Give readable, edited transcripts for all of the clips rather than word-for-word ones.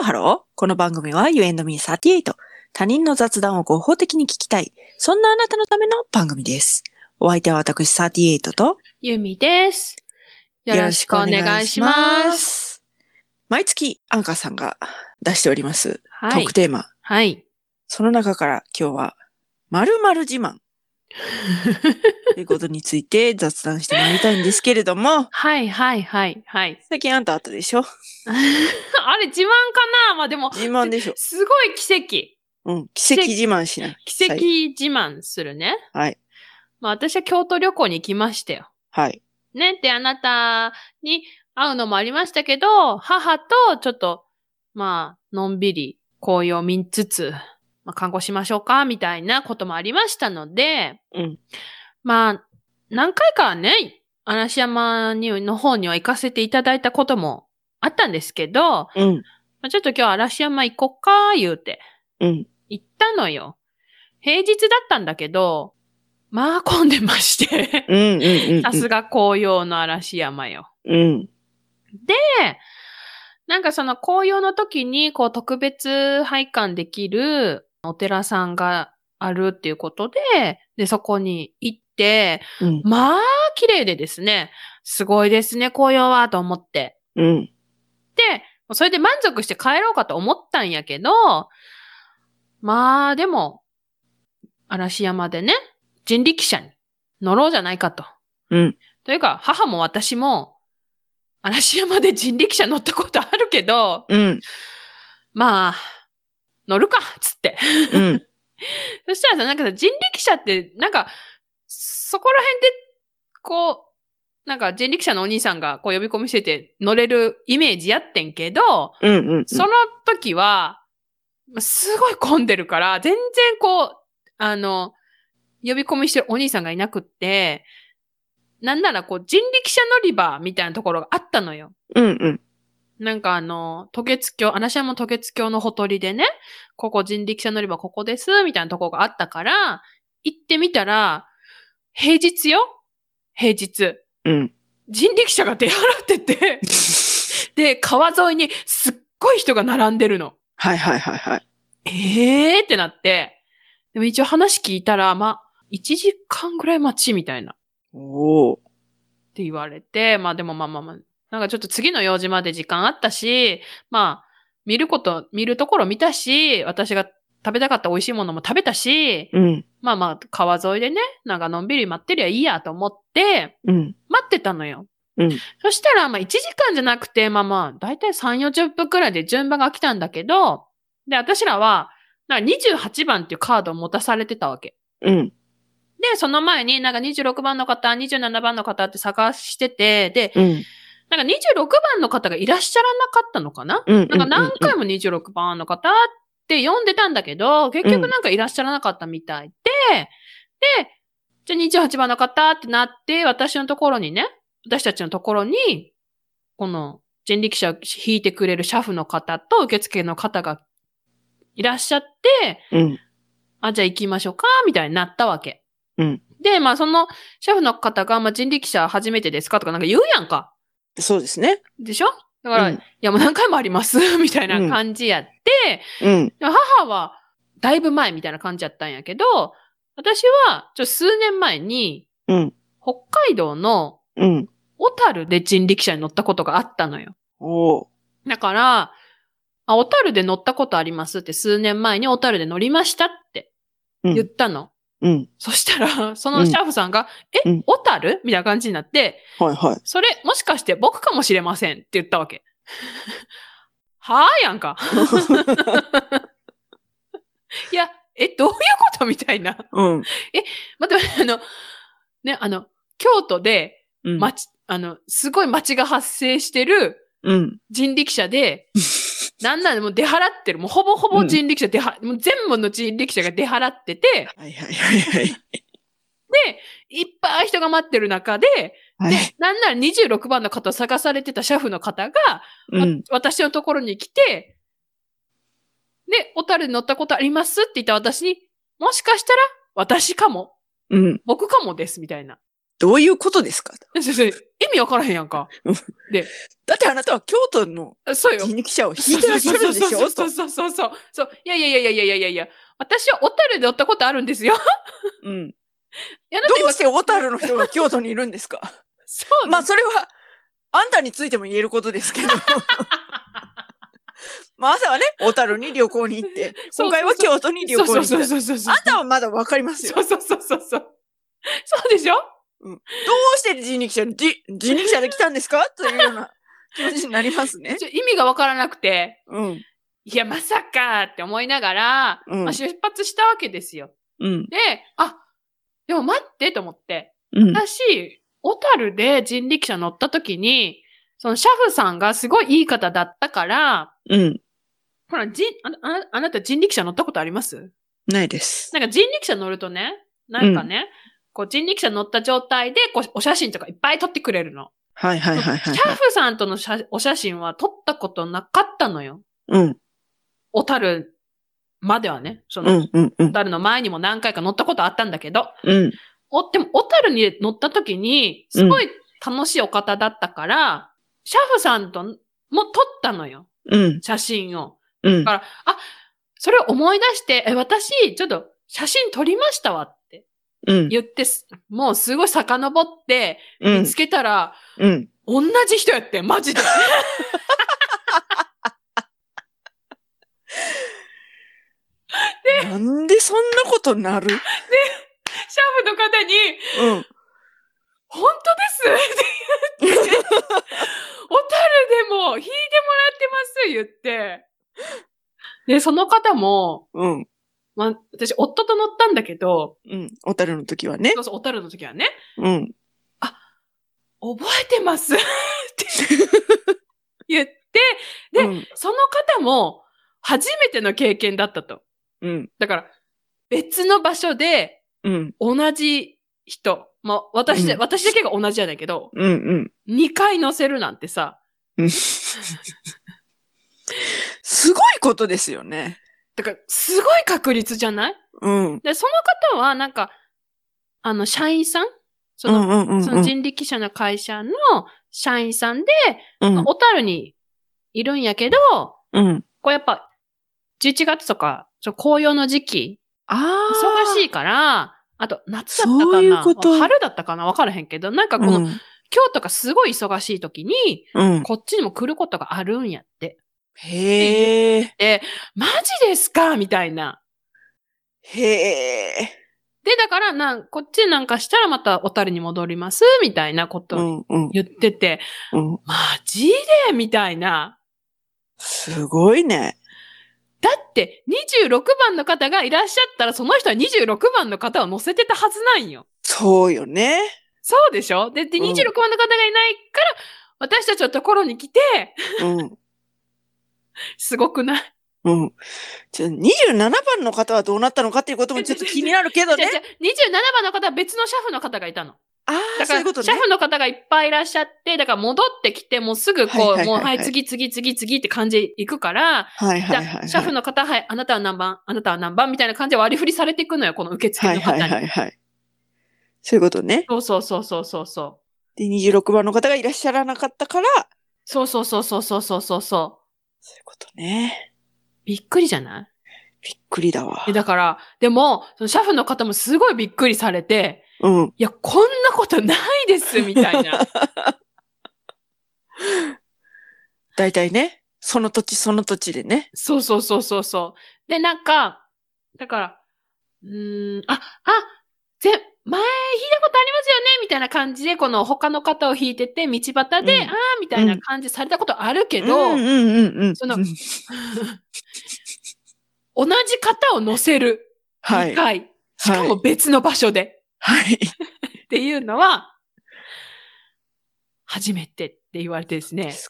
ハロー。この番組は You and me38。他人の雑談を合法的に聞きたい。そんなあなたのための番組です。お相手は私38とゆみです。よろしくお願いします。 毎月アンカーさんが出しております、 はい、 トークテーマ。 はい。 その中から今日は〇〇自慢ということについて雑談してまいりたいんですけれども。 はいはいはいはい。 最近あんたあったでしょあれ自慢かな？まあでも。 自慢でしょ。 すごい奇跡。 うん、奇跡自慢しない。 奇跡自慢するね。 はい。 まあ私は京都旅行に行きましたよ。 はい。 ね、であなたに会うのもありましたけど、母とちょっと、まあ、のんびり紅葉を見つつ、まあ、観光しましょうか、みたいなこともありましたので、 うん。 まあ、何回かね、嵐山の方には行かせていただいたこともあったんですけど、 うん。 まあ、ちょっと今日嵐山行こっか、言うて。 うん。 行ったのよ。平日だったんだけど、まあ混んでまして。 うんうんうんうん。 さすが紅葉の嵐山よ。 うん。 で、なんかその紅葉の時にこう特別拝観できるお寺さんがあるっていうことで、そこに行って、 うん、 まあ綺麗でですね、すごいですね、紅葉はと思って。 うん。 で、それで満足して帰ろうかと思ったんやけど、まあでも、嵐山でね、人力車に乗ろうじゃないかと。 うん。 というか、母も私も、嵐山で人力車乗ったことあるけど、 うん。 まあ、乗るかつって。 うん。 そしたらさ、なんかさ、人力車って、なんか、そこら辺で、こう、なんか人力車のお兄さんがこう呼び込みしてて乗れるイメージやってんけど、 うんうんうん、 その時は、すごい混んでるから、全然こう、呼び込みしてるお兄さんがいなくって、なんならこう人力車乗り場みたいなところがあったのよ。 うんうん。 なんか渡月橋、嵐山渡月橋のほとりでね、ここ人力車乗り場ここです、みたいなところがあったから、行ってみたら、平日よ？平日。 うん。 人力車が出払ってて、で、川沿いにすっごい人が並んでるの。 はいはいはいはい。 ってなって、でも一応話聞いたら、まあ、1時間ぐらい待ちみたいな。 おー。 って言われて、まあでもまあ、なんかちょっと次の用事まで時間あったし、まあ、見るところ見たし、私が食べたかった美味しいものも食べたし、 うん。 まあまあ、川沿いでね、なんかのんびり待ってりゃいいやと思って、 うん。 待ってたのよ。 うん。 そしたら、まあ1時間じゃなくて、まあまあ、だいたい3、40分くらいで順番が来たんだけど、で、私らは、なんか28番っていうカードを持たされてたわけ。 うん。 で、その前になんか26番の方、27番の方って探してて、で、 うん。 なんか26番の方がいらっしゃらなかったのかな、 うん。 なんか何回も26番の方って読んでたんだけど、結局なんかいらっしゃらなかったみたいで、じゃあ28番の方ってなって、私のところにね、私たちのところに、この人力車を引いてくれる車夫の方と受付の方がいらっしゃって、 うん。 あ、じゃあ行きましょうか、みたいになったわけ。 うん。 で、まあその車夫の方が、まあ人力車初めてですかとかなんか言うやんか。 そうですね。 でしょ？だから、いやもう何回もあります、みたいな感じやって、 うん。 母はだいぶ前みたいな感じやったんやけど、私は数年前に、 うん。 北海道の、 うん。 小樽で人力車に乗ったことがあったのよ。 おー。 だから、小樽で乗ったことありますって数年前に小樽で乗りましたって言ったの。 うん。 そしたら、そのシャーフさんが、小樽みたいな感じになって、 はいはい。 それ、もしかして僕かもしれませんって言ったわけ。はぁやんか。いや、どういうことみたいな。 うん。 待って、ね、京都で、 うん、 すごい街が発生してる、人力車で、なんならもう出払ってる。もうほぼほぼ人力車もう全部の人力車が出払ってて、 はいはいはいはい。 で、いっぱい人が待ってる中で、 はい、 で、なんなら26番の方を探されてた車夫の方が、私のところに来て、で、小樽に乗ったことありますって言った私に、もしかしたら私かも。僕かもです、みたいな。 どういうことですか？ 先生、意味わからへんやんか。で、 だってあなたは京都のそうよ。 人力車を引いてらっしゃるんでしょと。 そう。いや。私は小樽で乗ったことあるんですよ。 うん。 いや、 どうして小樽の人が京都にいるんですか？ そうまあそれは、あんたについても言えることですけど。まあ朝はね、小樽に旅行に行って、今回は京都に旅行に行った。あんたはまだわかりますよ。 そう。そうでしょ？ どうして人力車で来たんですかというような気持ちになりますね。 意味がわからなくて、 うん。 いや、まさかって思いながら、 うん出発したわけですよ。 うん。 で、でも待ってと思って。 うん。 私、小樽で人力車乗った時に、その車夫さんがすごいいい方だったから、 うん。 ほら、あなた人力車乗ったことあります？ ないです。 なんか人力車乗るとね、なんかね、こう人力車乗った状態でこうお写真とかいっぱい撮ってくれるの。 はい。 車夫さんとのお写真は撮ったことなかったのよ。 うん。 小樽まではね。その、小樽の前にも何回か乗ったことあったんだけど。 うん。 でも小樽に乗った時に、すごい楽しいお方だったから、車夫さんとも撮ったのよ。 うん。 写真を。 だから、それを思い出して、私、ちょっと写真撮りましたわって言って、もうすごい遡って、見つけたら、同じ人やって、マジで。 なんでそんなことなる？ で、車夫の方に、本当ですって言って、小樽でも引いてもらってます言って、で、その方も、私、夫と乗ったんだけど、 小樽の時はね。 そう、小樽の時はね。覚えてますって言って、で、その方も初めての経験だったと。だから、別の場所で、同じ人、まあ、私だけが同じじゃないけど、2回乗せるなんてさ、 すごいことですよね。 だから、すごい確率じゃない？で、その方は、なんか、社員さんその人力車の会社の社員さんで、小樽にいるんやけど、こうやっぱ、11月とか、紅葉の時期、忙しいから、あと、夏だったかな春だったかなわからへんけど、なんかこの、今日とかすごい忙しい時に、こっちにも来ることがあるんやって。 へー。 で、マジですかみたいな。 へー。 で、だから、こっちなんかしたらまた小樽に戻りますみたいなことを言ってて、マジでみたいな。 すごいね。 だって、26番の方がいらっしゃったら、その人は26番の方を乗せてたはずなんよ。 そうよね。 そうでしょ？で、26番の方がいないから、私たちのところに来て、すごくない？ 27番の方はどうなったのかっていうこともちょっと気になるけどね。 27番の方は別の車夫の方がいたの。だから、 そういうことね。 車夫の方がいっぱいいらっしゃって、だから戻ってきて、もうすぐこう、もうはい、次って感じで行くから、車夫の方、はい、あなたは何番みたいな感じで割り振りされていくのよ、この受付の方に。 そういうことね。 そう。 で、26番の方がいらっしゃらなかったから。 そう。そういうことね。 びっくりじゃない？ びっくりだわ。 だから、でも、その車夫の方もすごいびっくりされて、いや、こんなことないです、みたいな。 大体ね、その土地でね。 そう。で、なんか、だから、前、引いたことありますよねみたいな感じで、この他の方を引いてて、道端で、みたいな感じされたことあるけど、その、同じ方を乗せる。2回。しかも別の場所で。っていうのは、初めてって言われてですね。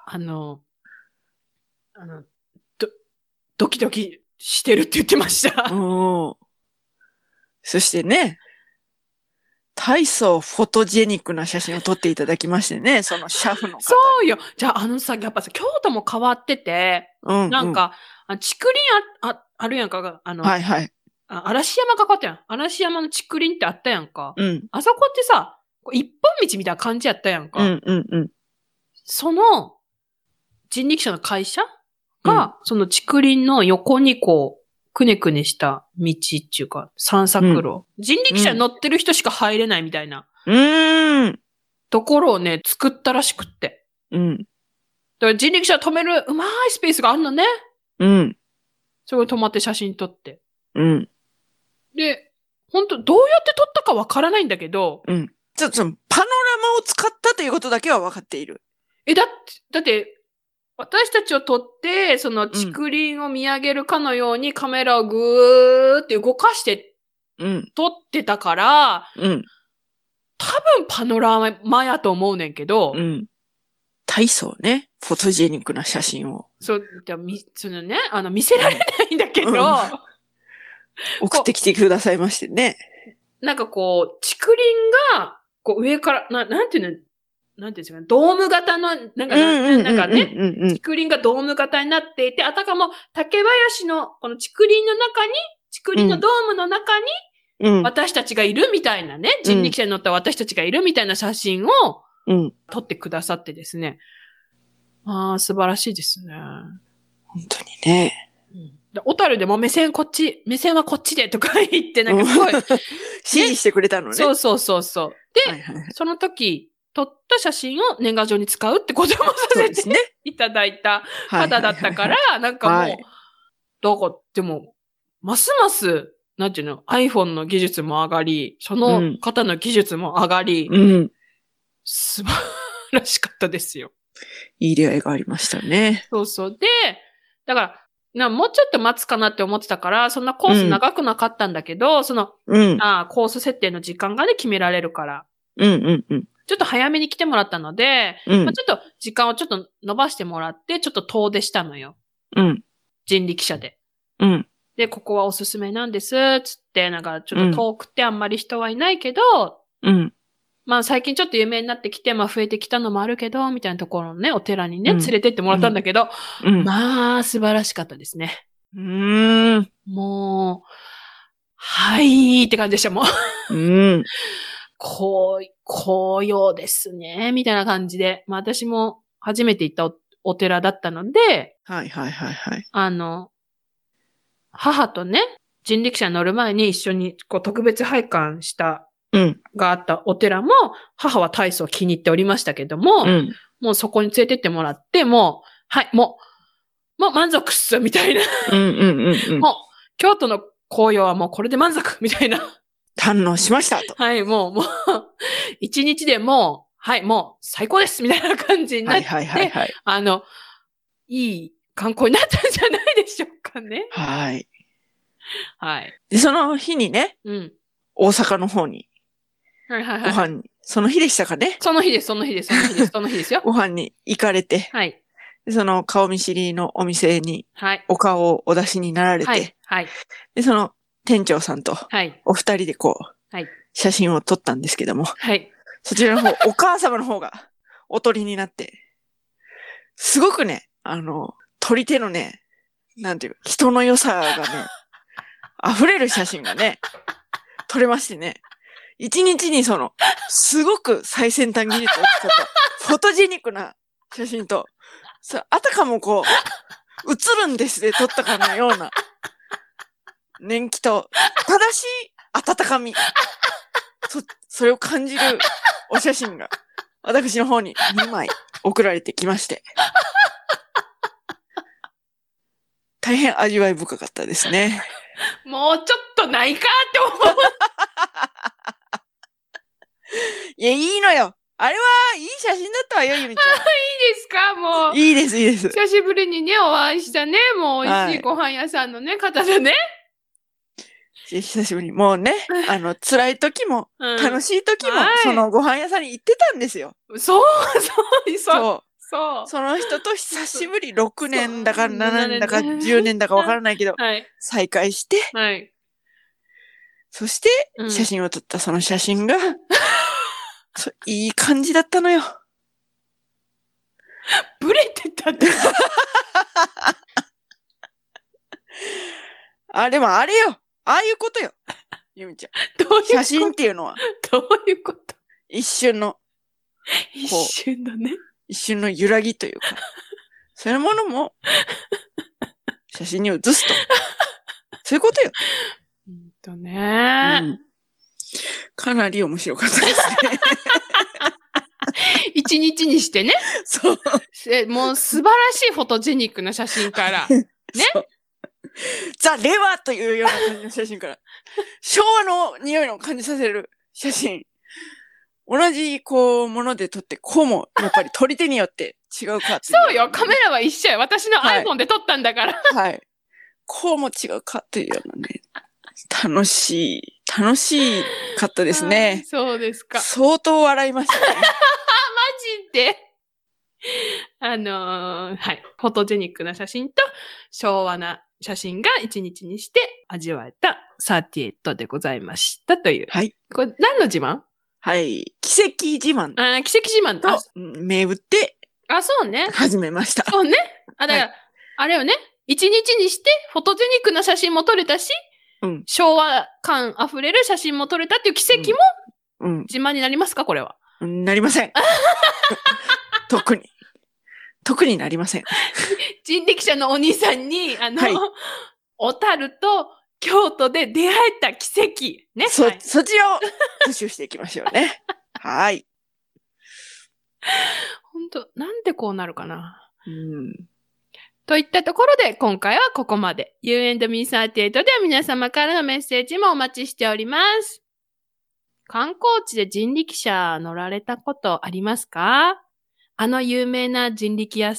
ドキドキしてるって言ってました。 そしてね、大層フォトジェニックな写真を撮っていただきましてね、その車夫の方。 そうよ。じゃあやっぱさ、京都も変わってて、なんか、竹林あるやんか、嵐山が変わったやん。嵐山の竹林ってあったやんか。あそこってさ、 一本道みたいな感じやったやんか。 うんうんうん。 その人力車の会社が、その竹林の横にこう、くねくねした道っていうか、散策路。人力車に乗ってる人しか入れないみたいなところをね、作ったらしくって。 うん。 だから人力車止めるうまいスペースがあるのね。 うん。 そこに止まって写真撮って。 うん。で、 本当どうやって撮ったかわからないんだけど。 うん。ちょっとパノラマを使ったということだけは分かっている。 だって、私たちを撮って、その竹林を見上げるかのようにカメラをぐーって動かして、撮ってたから、多分パノラマやと思うねんけど、 大層ね、フォトジェニックな写真を。 そのね、見せられないんだけど、 送ってきてくださいましてね。 なんかこう、竹林が、こう上から、なんていうの、なんていうんですかね、ドーム型の、なんかね、竹林がドーム型になっていて、あたかも竹林の、この竹林の中に、竹林のドームの中に、私たちがいるみたいなね、人力車に乗った私たちがいるみたいな写真を、撮ってくださってですね。素晴らしいですね。 本当にね。 小樽でも目線はこっちでとか言って、なんかすごい。 指示してくれたのね。 そう。で、その時、撮った写真を年賀状に使うってこともさせていただいた方だったから、なんかもう、でも、ますます、なんていうの、iPhone の技術も上がり、その方の技術も上がり、素晴らしかったですよ。 いい出会いがありましたね。 そう。で、だから、もうちょっと待つかなって思ってたから、そんなコース長くなかったんだけど、その、コース設定の時間がね、決められるから。ちょっと早めに来てもらったので、ちょっと時間をちょっと伸ばしてもらって、ちょっと遠出したのよ。人力車で。で、ここはおすすめなんです、つって、なんかちょっと遠くてあんまり人はいないけど、最近ちょっと有名になってきて、増えてきたのもあるけど、みたいなところのね、お寺にね、連れてってもらったんだけど、素晴らしかったですね。もう、はいって感じでした、もう。紅葉ですね、みたいな感じで。私も初めて行ったお寺だったので、母とね、人力車に乗る前に一緒にこう特別拝観したがあったお寺も、母は大層気に入っておりましたけども、もうそこに連れてってもらって、もう満足っす、みたいな。もう、京都の紅葉はもうこれで満足、みたいな。 堪能しましたと。 はい、もう、一日でもう最高です、みたいな感じになって、いい観光になったんじゃないでしょうかね。 はい。 で、 その日にね、大阪の方に、ご飯に、その日でしたかね。 その日ですよ。 ご飯に行かれて、でその顔見知りのお店に、お顔をお出しになられて、で、その店長さんと、お二人でこう、写真を撮ったんですけども、そちらの方、お母様の方がお撮りになって、すごくね、撮り手のね、なんていう、人の良さがね、溢れる写真がね、撮れましてね、一日にすごく最先端技術を使ったフォトジェニックな写真と、あたかもこう、映るんですで撮ったかのような、年季と、正しい温かみ、それを感じるお写真が、私の方に2枚送られてきまして、大変味わい深かったですね。 もうちょっとないかって思う。 いや、いいのよ。あれはいい写真だったわよ、ゆみちゃん。 いいですか、もう。 いいです。 久しぶりにね、お会いしたね、もう美味しいご飯屋さんのね、方でね。 久しぶりに。もうね、辛い時も、楽しい時も、そのご飯屋さんに行ってたんですよ。 そう。 その人と久しぶり、6年だか7年だか10年だかわからないけど、再会して、そして写真を撮ったその写真が、いい感じだったのよ。 ブレてたって。 でもあれよ。ああいうことよ。ゆみちゃん。写真っていうのは。 どういうこと？ 一瞬の、 一瞬だね。 一瞬の揺らぎというか、そういうものも、写真に写すと。そういうことよ。 ね、 かなり面白かったですね。 一日にしてね。 そう。 もう素晴らしいフォトジェニックな写真から。ね。 ザ・レワというような感じの写真から。昭和の匂いの感じさせる写真。同じ、もので撮って、も、やっぱり撮り手によって違うかっていう。 そうよ。カメラは一緒よ。私の iPhone で撮ったんだから。 はい。も違うかというようなね。楽しかったですね。 そうですか。 相当笑いましたね。マジではい。フォトジェニックな写真と昭和な写真が一日にして味わえた38でございましたという。 はい。 これ何の自慢？ はい。奇跡自慢。 奇跡自慢と銘打って。 そうね。 始めました。 そうね。だから、あれよね。一日にしてフォトジェニックな写真も撮れたし、昭和感あふれる写真も撮れたっていう奇跡も、自慢になりますかこれは。 なりません。特になりません。 人力車のお兄さんに、小樽と京都で出会えた奇跡。ね。 そちらを復習していきましょうね。はい。 本当なんでこうなるかな。といったところで、今回はここまで。You and Me38では皆様からのメッセージもお待ちしております。観光地で人力車乗られたことありますか？有名な人力車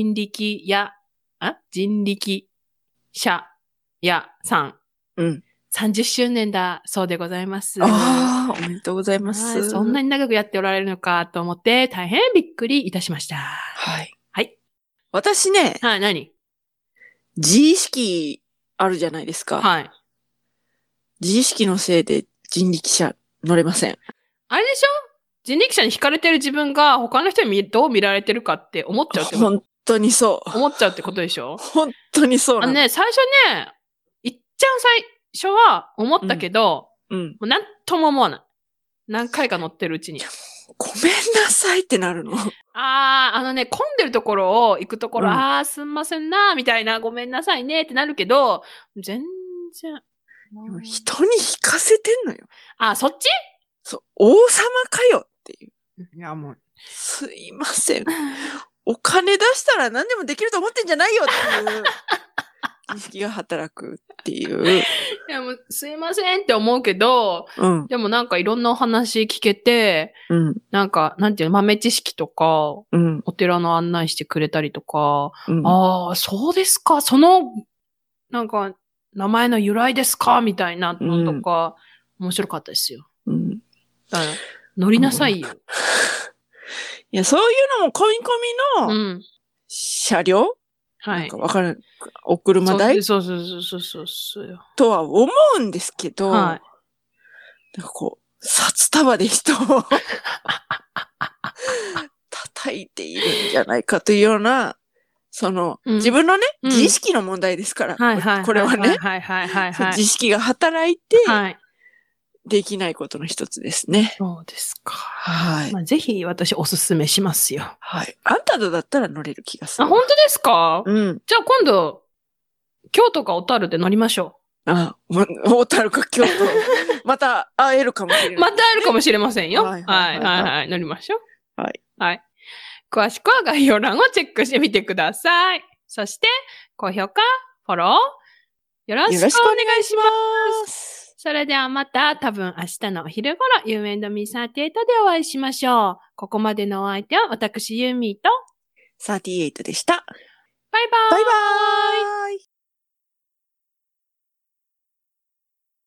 屋さん。30周年だそうでございます。 おめでとうございます。 そんなに長くやっておられるのかと思って大変びっくりいたしました。 はい。 はい。 私ね。 はい、何？ 自意識あるじゃないですか。 はい。 自意識のせいで人力車乗れません。 あれでしょ？人力車に惹かれてる自分が他の人にどう見られてるかって思っちゃうってこと？ 本当にそう。 思っちゃうってことでしょ？ 本当にそうなの。 最初ね、いっちゃん最初は思ったけど、もうなんとも思わない。何回か乗ってるうちに。 ごめんなさいってなるの。 混んでるところを行くところ、すんませんな、みたいな、ごめんなさいねってなるけど、全然。 人に引かせてんのよ。 そっち？ そう、王様かよっていう。 いや、もう。 すいません。お金出したら何でもできると思ってんじゃないよっていう。意識が働くっていう。いやもうすいませんって思うけど、でもなんかいろんなお話聞けて、なんか、なんていうの、豆知識とか、お寺の案内してくれたりとか、そうですか、なんか、名前の由来ですかみたいなのとか、面白かったですよ。だから乗りなさいよ。 いや、そういうのも込み込みの、車両はい。 なんかわかる。お車代そう。 とは思うんですけど、なんか札束で人を叩いているんじゃないかというような、自分のね、自意識の問題ですから、これはね、自意識が働いて、できないことの一つですね。 そうですか。 はい。 ぜひ私おすすめしますよ。 はい。あんたとだったら乗れる気がする。 本当ですか？じゃあ今度、京都か小樽で乗りましょう。小樽か京都。また会えるかもしれない、 また会えるかもしれませんよ。はい。乗りましょう。はい。詳しくは概要欄をチェックしてみてください。そして、高評価、フォロー、よろしくお願いします。それではまた多分明日のお昼頃、You and Me38でお会いしましょう。ここまでのお相手は私ユーミーと 38でした。 バイバーイ。 バイバーイ。